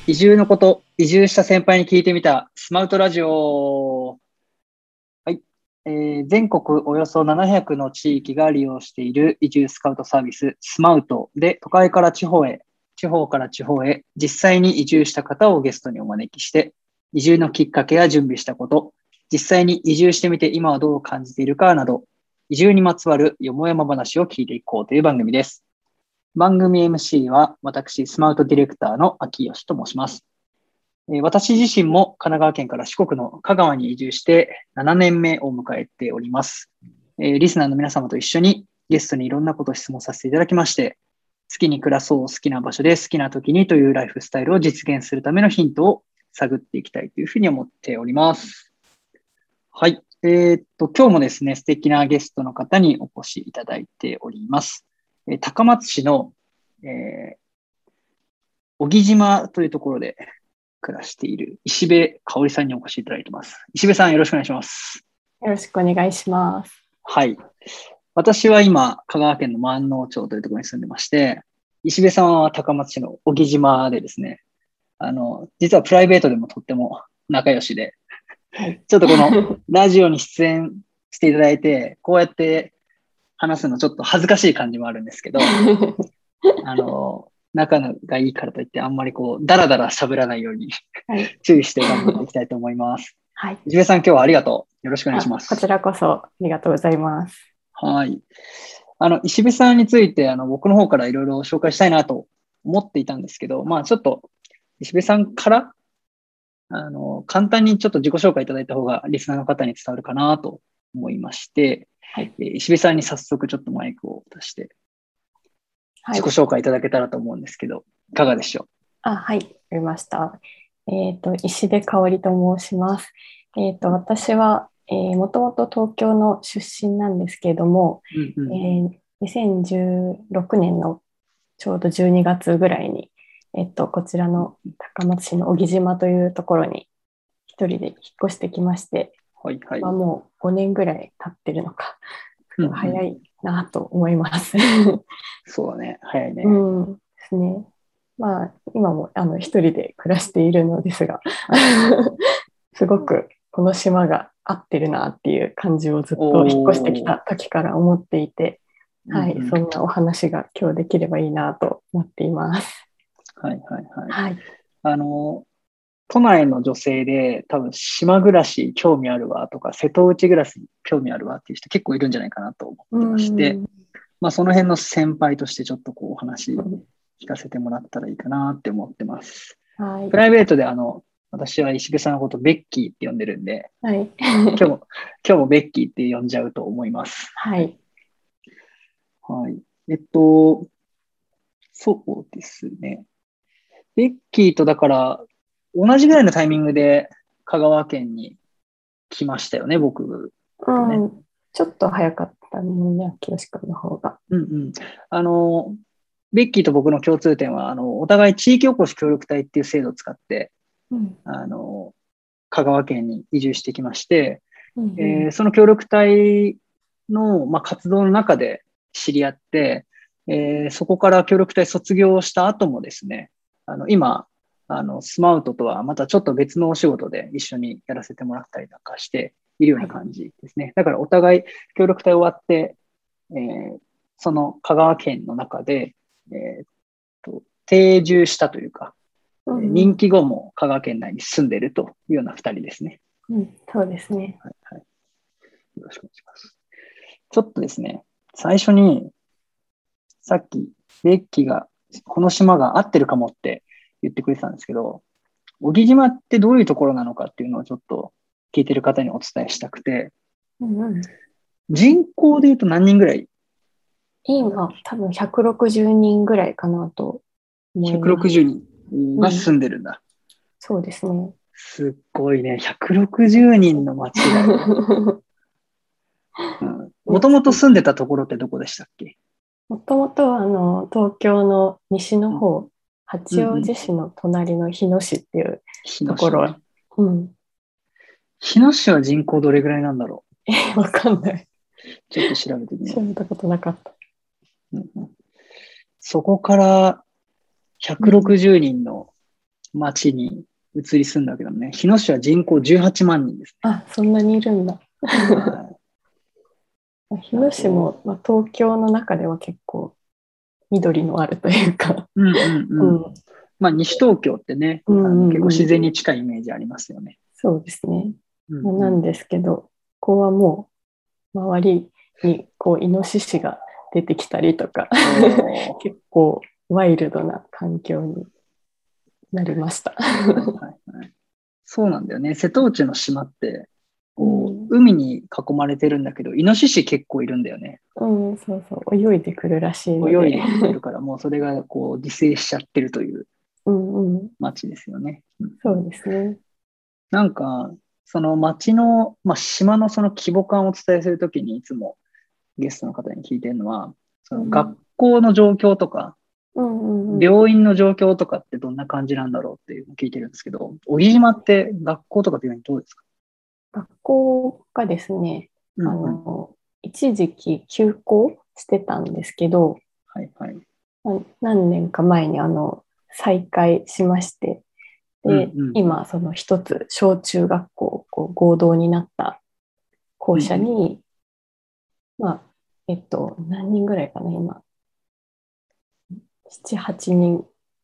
移住のこと、移住した先輩に聞いてみたスマウトラジオ。はい。全国およそ700の地域が利用している移住スカウトサービススマウトで都会から地方へ、地方から地方へ実際に移住した方をゲストにお招きして、移住のきっかけや準備したこと、実際に移住してみて今はどう感じているかなど、移住にまつわるよもやま話を聞いていこうという番組です。番組 MC は私、スマウトディレクターの秋吉と申します。私自身も神奈川県から四国の香川に移住して7年目を迎えております。リスナーの皆様と一緒にゲストにいろんなことを質問させていただきまして、好きに暮らそう、好きな場所で好きな時にというライフスタイルを実現するためのヒントを探っていきたいというふうに思っております。はい。今日もですね、素敵なゲストの方にお越しいただいております。高松市の、小木島というところで暮らしている石部香織さんにお越しいただいています。石部さん、よろしくお願いします。 よろしくお願いします。 はい。私は今、香川県の万能町というところに住んでまして、石部さんは高松市の小木島でですね、実はプライベートでもとっても仲良しで、ちょっとこのラジオに出演していただいて、こうやって話すのちょっと恥ずかしい感じもあるんですけど、仲がいいからといって、あんまりこう、だらだら喋らないように注意して頑張っていきたいと思います。 はい。 石部さん、今日はありがとう。よろしくお願いします。 こちらこそありがとうございます。 はい。石部さんについて、僕の方からいろいろ紹介したいなと思っていたんですけど、まあちょっと、石部さんから、簡単にちょっと自己紹介いただいた方が、リスナーの方に伝わるかなと思いまして、はい、石部さんに早速ちょっとマイクを出して、自己紹介いただけたらと思うんですけど、いかがでしょう？ はい、わかりました。石部香織と申します。私は、もともと東京の出身なんですけれども、2016年のちょうど12月ぐらいに、こちらの高松市の小木島というところに一人で引っ越してきまして、 はいはい、 もう5年ぐらい経ってるのか、早いなと思います。 そうだね、早いね。 ですね。まあ、今も一人で暮らしているのですが、すごくこの島が合ってるなっていう感じをずっと引っ越してきた時から思っていて、はい、そんなお話が今日できればいいなと思っています。 はいはいはい。都内の女性で多分島暮らし興味あるわとか、瀬戸内暮らし興味あるわっていう人結構いるんじゃないかなと思ってまして、まあその辺の先輩としてちょっとこうお話聞かせてもらったらいいかなって思ってます。はい、プライベートで私は石部さんのことベッキーって呼んでるんで、はい、今日もベッキーって呼んじゃうと思います。 はい。 はい。そうですね。ベッキーとだから同じぐらいのタイミングで香川県に来ましたよね、僕、ね。 ちょっと早かったね、清君の方が。 ベッキーと僕の共通点は、お互い地域おこし協力隊っていう制度を使って、香川県に移住してきまして、その協力隊の、活動の中で知り合って、そこから協力隊卒業した後もですね、今、スマウトとはまたちょっと別のお仕事で一緒にやらせてもらったりなんかしているような感じですね。はい、だからお互い協力隊終わって、その香川県の中で、定住したというか、任期後も香川県内に住んでいるというような二人ですね。 そうですね。 はいはい。よろしくお願いします。ちょっとですね、最初に、さっき、ベッキーが、この島が合ってるかもって言ってくれてたんですけど、小木島ってどういうところなのかっていうのをちょっと聞いてる方にお伝えしたくて、人口で言うと何人ぐらい？ 今、多分160人ぐらいかなと思います。 160人が住んでるんだ。 そうですね。 すっごいね、160人の町だよ。もともと住んでたところってどこでしたっけ？ もともと東京の西の方、八王子市の隣の日野市っていうところ。 日野市は人口どれぐらいなんだろう？わかんない。 ちょっと調べてみよう。 調べたことなかった。 そこから160人の町に移り住んだわけだもんね。日野市は人口18万人ですあ、そんなにいるんだ。 ね。は日野市も、東京の中では結構緑のあるというか、 うんうんうん。まあ、西東京ってね、結構自然に近いイメージありますよね。 そうですね。 うんうん、 なんですけど、ここはもう周りにイノシシが出てきたりとか結構ワイルドな環境になりました。 はいはい、そうなんだよね。瀬戸内の島って海に囲まれてるんだけど、イノシシ結構いるんだよね。 そうそう、泳いでくるらしいので。 泳いでくるから、もうそれが自生しちゃってるという街ですよね。 そうですね。 なんか、その街の、島のその規模感をお伝えするときにいつもゲストの方に聞いてるのは、その学校の状況とか、病院の状況とかってどんな感じなんだろうっていうのを聞いてるんですけど、小木島って学校とか病院どうですか？ 学校がですね、一時期休校してたんですけど、 はいはい、 何年か前に再開しまして、で、今その一つ小中学校合同になった校舎に、何人ぐらいかな今、7、8人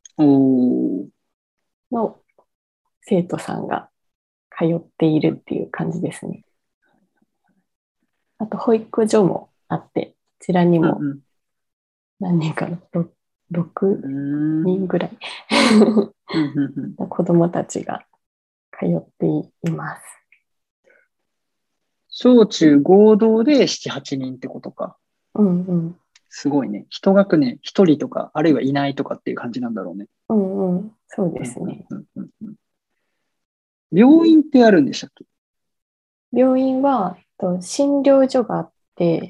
の生徒さんが通っているっていう感じですね。あと保育所もあって、こちらにも何人かな、6人ぐらい子供たちが通っています。 小中合同で7、8人ってことか。すごいね。一学年1人とか、あるいはいないとかっていう感じなんだろうね。 そうですね。 病院ってあるんでしたっけ？ 病院は診療所があって、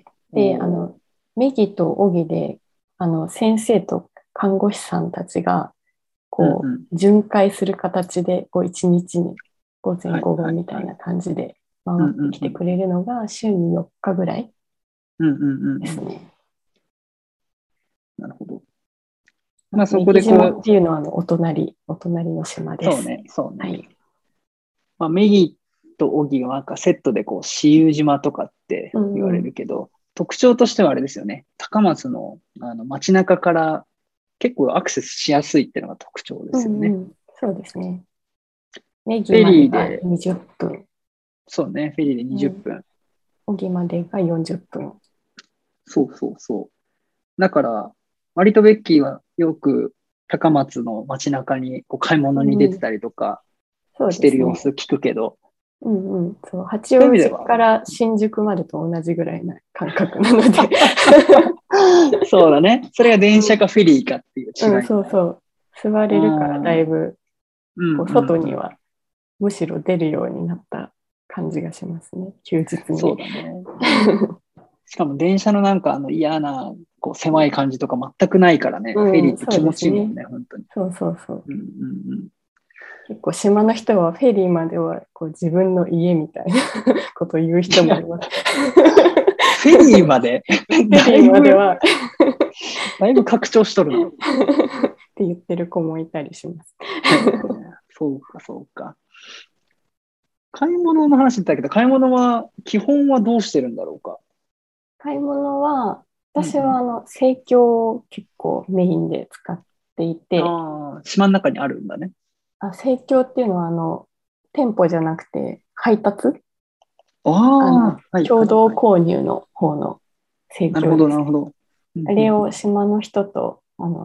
で、メギとオギで、先生と看護師さんたちが、巡回する形で、一日に午前午後みたいな感じで回ってきてくれるのが、週に4日ぐらいですね。 なるほど。 そこで島っていうのはお隣の島です。 そうね、そうね。メギとオギはセットで私有島とかって言われるけど、特徴としてはあれですよね。高松の街中から結構アクセスしやすいっていうのが特徴ですよね。 そうですね。メギまでが20分。 そうね、フェリーで20分。 オギまでが40分。 そうそうそう。だから、割とベッキーはよく高松の街中に買い物に出てたりとかしてる様子聞くけど、 そう、八王子から新宿までと同じぐらいな感覚なのでそうだね。それが電車かフェリーかっていう違い。 そうそう。座れるからだいぶ、外にはむしろ出るようになった感じがしますね、休日に。 そうだね。しかも電車の嫌な狭い感じとか全くないからね、フェリーって気持ちいいもんね、本当に。 そうそうそう。結構島の人はフェリーまでは自分の家みたいなことを言う人もいます。 フェリーまでフェリーまではだいぶ拡張しとるな。 って言ってる子もいたりします。 そうか、そうか。買い物の話だったけど、買い物は基本はどうしてるんだろうか。 買い物は、私は生協を結構メインで使っていて。 島の中にあるんだね。 生協っていうのは店舗じゃなくて配達共同購入の方の生協です。 なるほど、なるほど。 あれを島の人と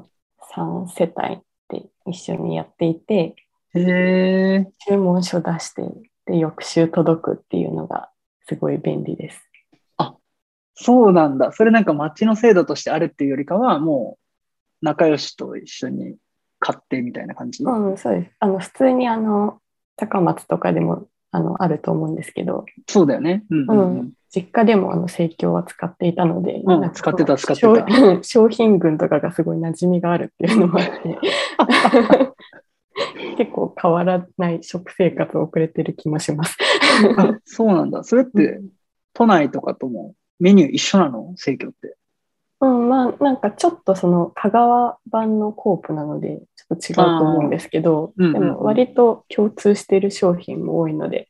3世帯で一緒にやっていて、注文書出してで翌週届くっていうのがすごい便利です。 あ、そうなんだ。それ町の制度としてあるっていうよりかは、もう仲良しと一緒に買ってみたいな感じ？ そうです。普通に高松とかでもあると思うんですけど。 そうだよね。 実家でも生協は使っていたので、 使ってた。 商品群とかがすごい馴染みがあるっていうのもあって結構変わらない食生活を送れてる気もします。 そうなんだ。それって都内とかともメニュー一緒なの？生協って。 まあなんかちょっとその香川版のコープなのでちょっと違うと思うんですけど、 うんうんうん、 でも割と共通している商品も多いので、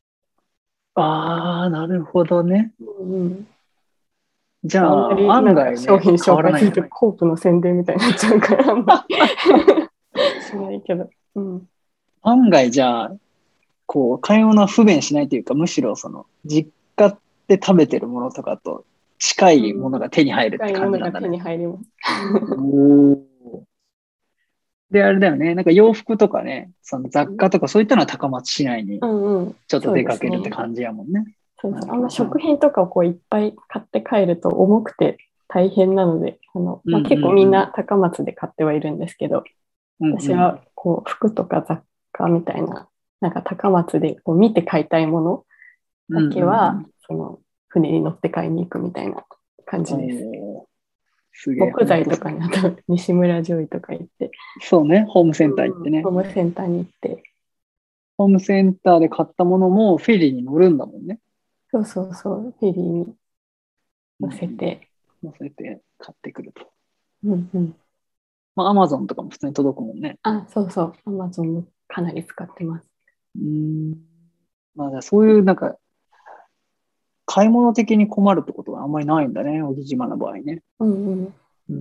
ああ、なるほどね。 うんうん、 じゃあんまあ、案りなんか外ね、 商品変紹介するとわらないんだね。 コープの宣伝みたいになっちゃうからあんまりしないけど、うん、 案外、じゃあ、こう、買い物は不便しないというか、むしろその、実家で食べてるものとかと近うん、 いものが手に入るって深いものが手感じなんだね。 に入ります。 おー。で、あれだよね。なんか洋服とかね、その雑貨とかそういったのは高松市内にうんうん、 ちょっとそう出かけるってですね。 感じやもんね。 そうそう、あんまなるほど。 食品とかをこういっぱい買って帰ると重くて大変なので、 うんまあ、結構みんうんな高松で買ってはいるんですけど、 うん。うんうん。 私はこう服とか雑貨みたいな、なんか高松でこう見て買いたいものだうんけは、 うんその船に乗って買いに行くみたいな感うん。 じです。 おー、すげえ、 木ほんと。 材とかにあと西村醤油とか行って、 そうね、ホームセンター行ってね。 ホームセンターに行って、 ホームセンターで買ったものもフェリーに乗るんだもんね。 そうそうそう、フェリーに乗うんうん。 せて、 乗せて買ってくると。 うんうん。 まあ、アマゾンとかも普通に届くもんね。 あ、そうそう、アマゾンもかなり使ってます。 うん。まあ、だからそういうなんか、買い物的に困るってことはあんまりないんだね、小木島の場合ね。 うんうん。 うん。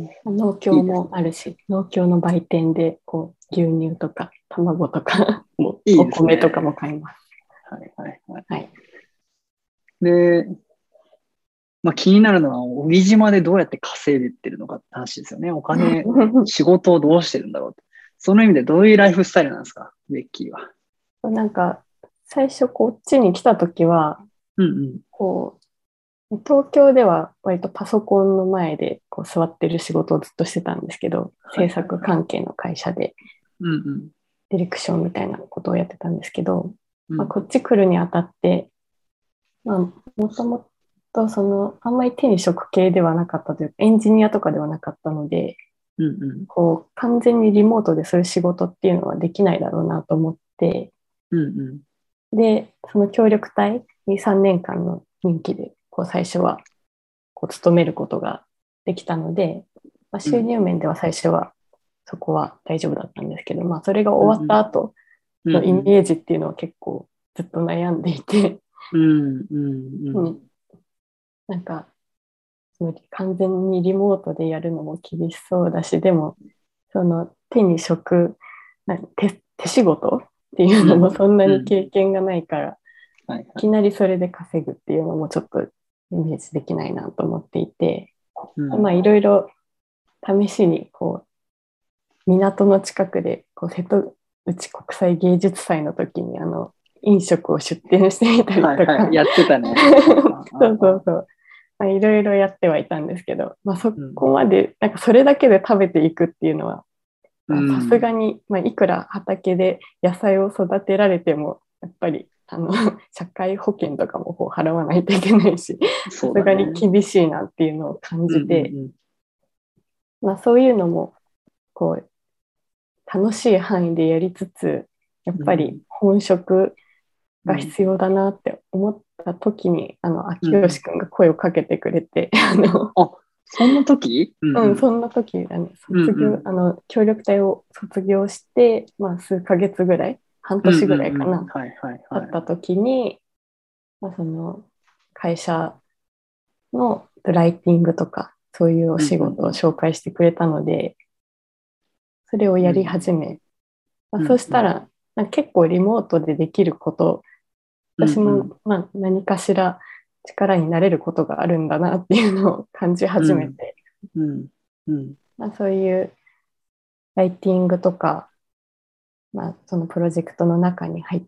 農協いいですね。 もあるし、農協の売店でこう牛乳とか卵とかもいいおですね。 米とかも買います。 はいはいはい。 はい。 で、まあ、気になるのは、小木島でどうやって稼いでってるのかって話ですよね。お金、仕事をどうしてるんだろうって。その意味でどういうライフスタイルなんですか、ベッキーは。 なんか最初こっちに来た時はうんうん。 こう東京では割とパソコンの前でこう座ってる仕事をずっとしてたんですけど、制作はいはいはい。 関係の会社でうんうん。 ディレクションみたいなことをやってたんですけど、まあ、 うん。 こっち来るにあたって、まあ、もともとあんまり手に職系ではなかったというか、エンジニアとかではなかったので、 うんうん。 こう完全にリモートでする仕事っていうのはできないだろうなと思って、 うんうん。 で、その協力隊に3年間の任期でこう最初はこう勤めることができたので、まあ、収入面では最初はそこは大丈夫だったんですけど、まあ、それが終わった後うんのイメうん。 ージっていうのは結構ずっと悩んでいて、 うんうんうん。 うん、なんかその完全にリモートでやるのも厳しそうだし、でもその手に職、手仕事っていうのもそんなにうん。 経験がないから、 はいはい。 いきなりそれで稼ぐっていうのもちょっとイメージできないなと思っていて、 うん。 まあいろいろ試しにこう港の近くでこう瀬戸内国際芸術祭の時に飲食を出店してみたりとかはいはい。やってたね。 そうそうそう、まあ、いろいろやってはいたんですけど、まあ、そうん。 こまでなんかそれだけで食べていくっていうのはうさすがん。 に、まあ、いくら畑で野菜を育てられてもやっぱり社会保険とかもこう払わないといけないし、さすがにそうだね。 厳しいなっていうのを感うんじて、 うんまあ、そういうのもこう楽しい範囲でやりつつ、やっうん。 ぱり本職がうん。 必要だなって思った時に、秋うん。 吉くんが声をかけてくれて、 あ、そんな時うんうん、 うん。 そんな時、卒業、 うんうん。 協力隊を卒業して、まあ、数ヶ月ぐらい、半うん年ぐらうんうん。 いかな、 はいはいはい。 経った時に、まあ、会社のライティングとか、そういうおうん仕事をうん紹介してくれたので、それをうん。 やりうん始め、まあ、そうんうん。 したら、なんか結構リモートでできること、 うんうん。 私もまあ何かしら力になれることがあるんだなっていうのを感じ始めうんて、 うんうん。 まあ、そういうライティングとか、まあ、そのプロジェクトの中に入って、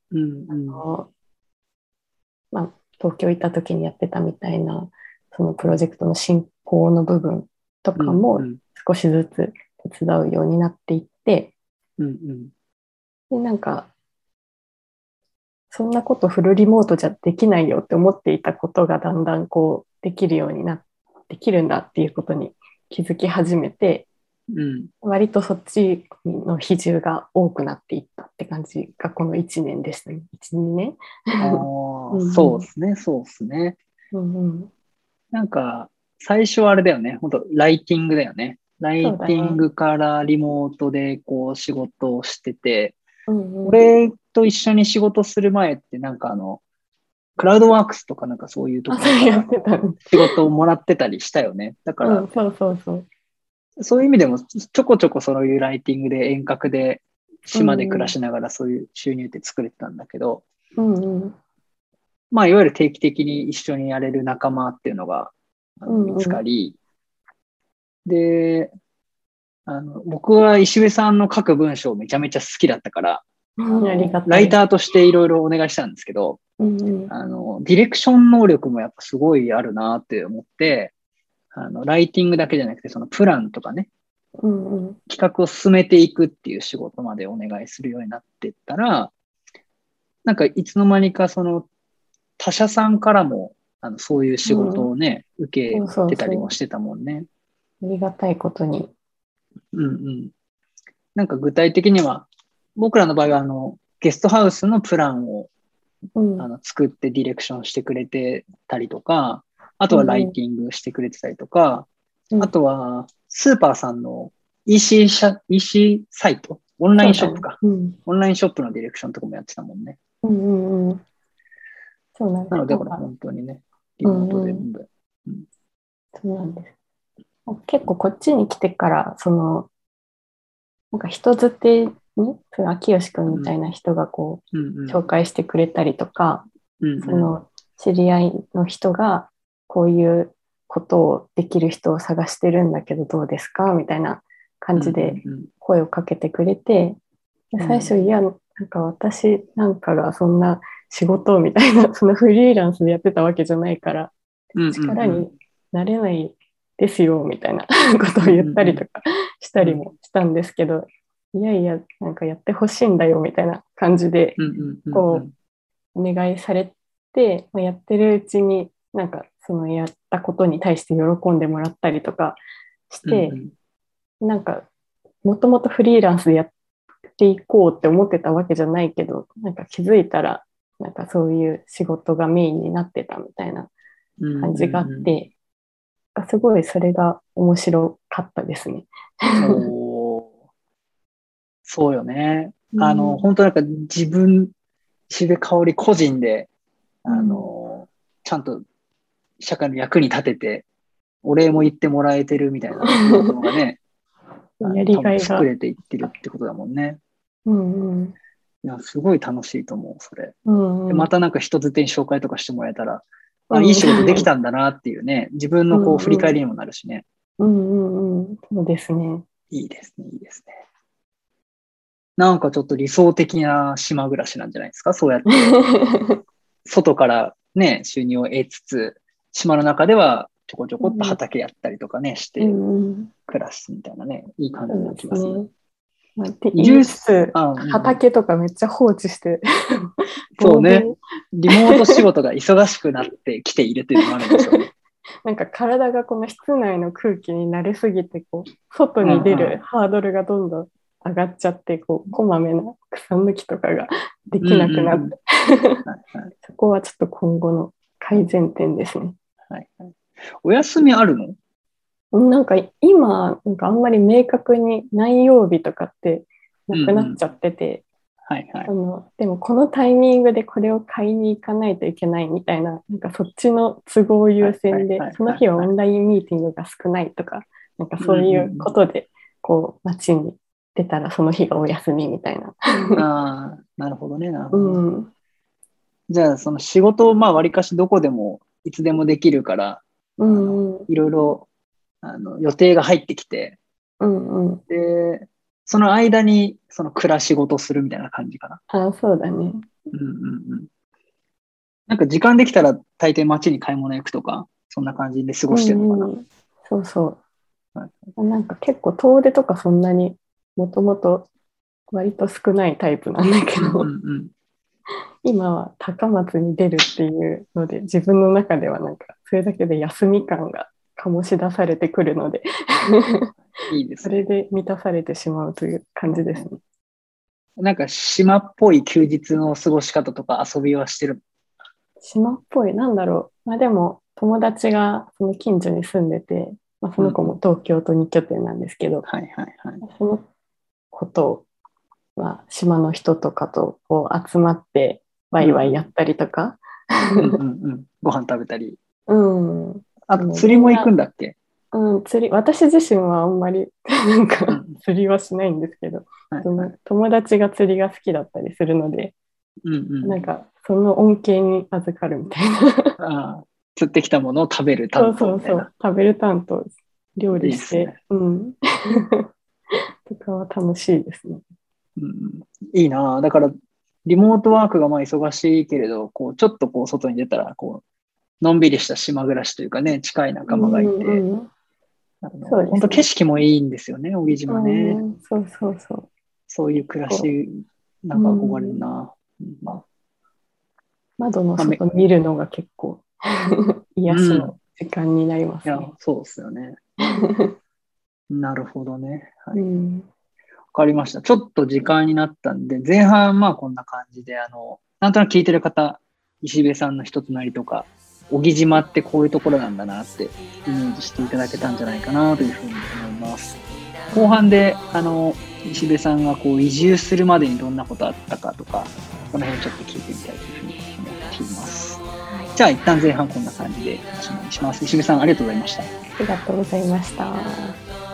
うんあうん。 のまあ、東京行った時にやってたみたいな、そのプロジェクトの進行の部分とうかもんうん。 少しずつ手伝うようになっていって、 うんうん。 で、なんか、そんなことフルリモートじゃできないよって思っていたことがだんだんこうできるようになって、できるんだっていうことに気づき始めて、 うん。 割とそっちの比重が多くなっていったって感じがこの1年でしたね。1、2年。 あうあ、 んうんそうですね、そうですね。 うんうんなんか、 最初はあれだよね。本当ライティングだよね。ライティングからリモートでこう仕事をしてて、俺と一緒に仕事する前ってなんかクラウドワークスとかなんかそういうところから仕事をもらってたりしたよね。だから、そういう意味でもちょこちょこそういうライティングで遠隔で島で暮らしながらそういう収入って作れてたんだけど、まあいわゆる定期的に一緒にやれる仲間っていうのが見つかり、で、僕は石部さんの書く文章めちゃめちゃ好きだったから、ライターとしていろいろお願いしたんですけど、ディレクション能力もやっぱすごいあるなって思って、ライティングだけじゃなくて、そのプランとかね、企画を進めていくっていう仕事までお願いするようになってったら、なんかいつの間にかその他社さんからもそういう仕事をね、受けてたりもしてたもんね。 ありがたいことに。 なんか具体的には、僕らの場合はゲストハウスのプランを、作ってディレクションしてくれてたりとか、あとはライティングしてくれてたりとか、あとはスーパーさんの EC サイト、オンラインショップか、オンラインショップのディレクションとかもやってたもんね。 そうなんです。 なので、これ本当にね、リモートで全部。 そうなんです。結構こっちに来てから、なんか人づてに、秋吉くんみたいな人がこう、紹介してくれたりとか、その知り合いの人がこういうことをできる人を探してるんだけどどうですかみたいな感じで声をかけてくれて、最初、いや、なんか私なんかがそんな仕事みたいな、そのフリーランスでやってたわけじゃないから、力になれないですよみたいなことを言ったりとかしたりもしたんですけど、いやいや、なんかやってほしいんだよみたいな感じで、こう、お願いされて、やってるうちに、なんかそのやったことに対して喜んでもらったりとかして、なんか、もともとフリーランスでやっていこうって思ってたわけじゃないけど、なんか気づいたら、なんかそういう仕事がメインになってたみたいな感じがあって、すごいそれが面白かったですね。 そうよね。本当なんか自分、石部香織個人で、ちゃんと社会の役に立てて、お礼も言ってもらえてるみたいなのがね、 やりがいが作れていってるってことだもんね。いや、すごい楽しいと思う、それ。でまたなんか人づてに紹介とかしてもらえたら、いい仕事できたんだなっていうね、自分のこう振り返りにもなるしね。 そうですね。 いいですね、いいですね。なんかちょっと理想的な島暮らしなんじゃないですか、そうやって。外からね、収入を得つつ、島の中ではちょこちょこっと畑やったりとかね、して暮らすみたいなね、いい感じになってますね。 移住す畑とかめっちゃ放置して。 そうね。リモート仕事が忙しくなってきているというのもあるんでしょうね。 なんか体がこの室内の空気に慣れすぎて、こう、外に出るハードルがどんどん上がっちゃって、こう、こまめな草抜きとかができなくなって、そこはちょっと今後の改善点ですね。 お休みあるの？ なんか今、なんかあんまり明確に何曜日とかってなくなっちゃってて、でもこのタイミングでこれを買いに行かないといけないみたいな、なんかそっちの都合優先で、その日はオンラインミーティングが少ないとか、なんかそういうことで、こう、街に出たらその日がお休みみたいな。 なるほどね、なるほど。じゃあ、その仕事をわりかしどこでもいつでもできるから、いろいろ予定が入ってきて、で、その間にその暮らし事するみたいな感じかな。 そうだね。 なんか時間できたら大抵街に買い物行くとか、そんな感じで過ごしてるのかな。 そうそう。なんか結構遠出とかそんなにもともと割と少ないタイプなんだけど、今は高松に出るっていうので、自分の中ではなんかそれだけで休み感が醸し出されてくるのでいいですね。 それで満たされてしまうという感じですね。 なんか島っぽい休日の過ごし方とか遊びはしてる？ 島っぽい、なんだろう。でも友達がその近所に住んでて、まあ、その子も東京と2拠点なんですけど、 はいはいはい。 その子とは島の人とかとこう集まってワイワイやったりとか、 うんうんうん。ご飯食べたり。 うん、 あと釣りも行くんだっけ？ 釣り、私自身はあんまりなんかうん。 釣りはしないんですけど、そのはいはい。 友達が釣りが好きだったりするので、 うんうん。 なんかその恩恵に預かるみたいな。 ああ、釣ってきたものを食べるそう担当みたいな。 そうそう、食べる担当、料理して、 いいっすね。 とかは楽しいですね。 うん、いいなあ。だから、リモートワークがまあ忙しいけれど、こう、ちょっとこう、外に出たら、こう、のんびりした島暮らしというかね、近い仲間がいて、本当景そうですね。 色もいいんですよね、小木島ね。 そうそうそう。 そういう暮らこし、なう、 んか憧れるな。ま窓のあ、 外見るのが結構う癒しん。 の時間になりまいや、 すね。 そうですよね。なるほどね。はい。 うん、 わかりました。ちょっと時間になったんで、前半まあこんな感じで、なんとなく聞いてる方、石部さんの人となりとか、小木島ってこういうところなんだなってイメージしていただけたんじゃないかなというふうに思います。後半で、石部さんがこう移住するまでにどんなことあったかとか、この辺ちょっと聞いてみたいというふうに思っています。じゃあ一旦前半こんな感じでおしまいにします。石部さんありがとうございました。 ありがとうございました。